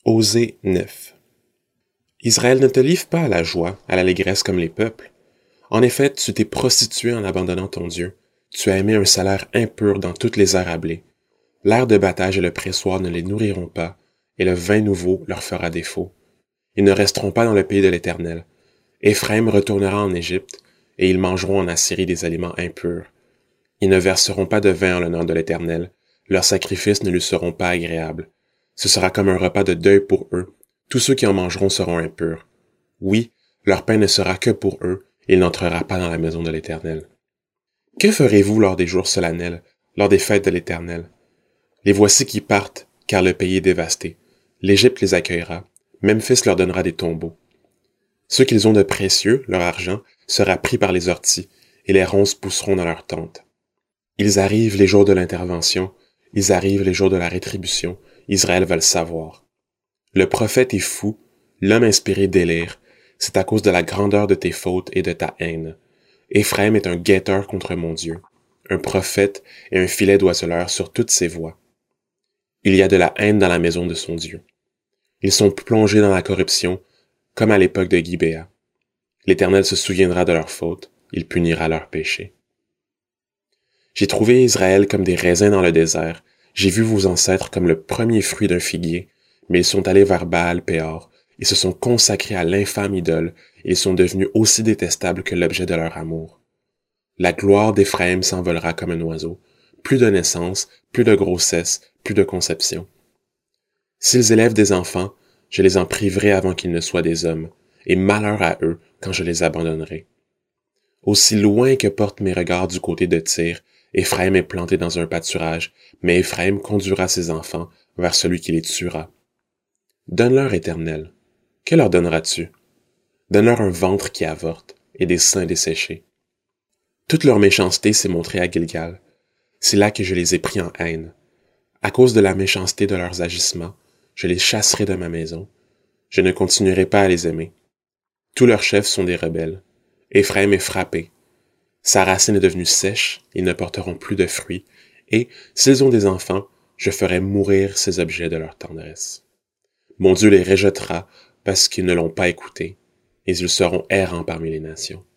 Osée 9. Israël, ne te livre pas à la joie, à l'allégresse comme les peuples. En effet, tu t'es prostitué en abandonnant ton Dieu. Tu as aimé un salaire impur dans toutes les heures à blé. L'air de battage et le pressoir ne les nourriront pas, et le vin nouveau leur fera défaut. Ils ne resteront pas dans le pays de l'Éternel. Éphraïm retournera en Égypte, et ils mangeront en Assyrie des aliments impurs. Ils ne verseront pas de vin en l'honneur de l'Éternel. Leurs sacrifices ne lui seront pas agréables. Ce sera comme un repas de deuil pour eux. Tous ceux qui en mangeront seront impurs. Oui, leur pain ne sera que pour eux, et il n'entrera pas dans la maison de l'Éternel. Que ferez-vous lors des jours solennels, lors des fêtes de l'Éternel? Les voici qui partent, car le pays est dévasté. L'Égypte les accueillera. Memphis leur donnera des tombeaux. Ce qu'ils ont de précieux, leur argent, sera pris par les orties, et les ronces pousseront dans leurs tentes. Ils arrivent les jours de l'intervention, ils arrivent les jours de la rétribution, Israël va le savoir. Le prophète est fou, l'homme inspiré délire, c'est à cause de la grandeur de tes fautes et de ta haine. Éphraïm est un guetteur contre mon Dieu, un prophète et un filet d'oiseleur sur toutes ses voies. Il y a de la haine dans la maison de son Dieu. Ils sont plongés dans la corruption, comme à l'époque de Gibéa. L'Éternel se souviendra de leurs fautes, il punira leurs péchés. J'ai trouvé Israël comme des raisins dans le désert, j'ai vu vos ancêtres comme le premier fruit d'un figuier, mais ils sont allés vers Baal-Péor, ils se sont consacrés à l'infâme idole, et ils sont devenus aussi détestables que l'objet de leur amour. La gloire d'Éphraïm s'envolera comme un oiseau, plus de naissance, plus de grossesse, plus de conception. S'ils élèvent des enfants, je les en priverai avant qu'ils ne soient des hommes, et malheur à eux quand je les abandonnerai. Aussi loin que portent mes regards du côté de Tyr, Éphraïm est planté dans un pâturage, mais Éphraïm conduira ses enfants vers celui qui les tuera. Donne-leur, Éternel. Que leur donneras-tu? Donne-leur un ventre qui avorte et des seins desséchés. Toute leur méchanceté s'est montrée à Gilgal. C'est là que je les ai pris en haine. À cause de la méchanceté de leurs agissements, je les chasserai de ma maison. Je ne continuerai pas à les aimer. Tous leurs chefs sont des rebelles. Éphraïm est frappé. Sa racine est devenue sèche, ils ne porteront plus de fruits, et, s'ils ont des enfants, je ferai mourir ces objets de leur tendresse. Mon Dieu les rejettera parce qu'ils ne l'ont pas écouté, et ils seront errants parmi les nations.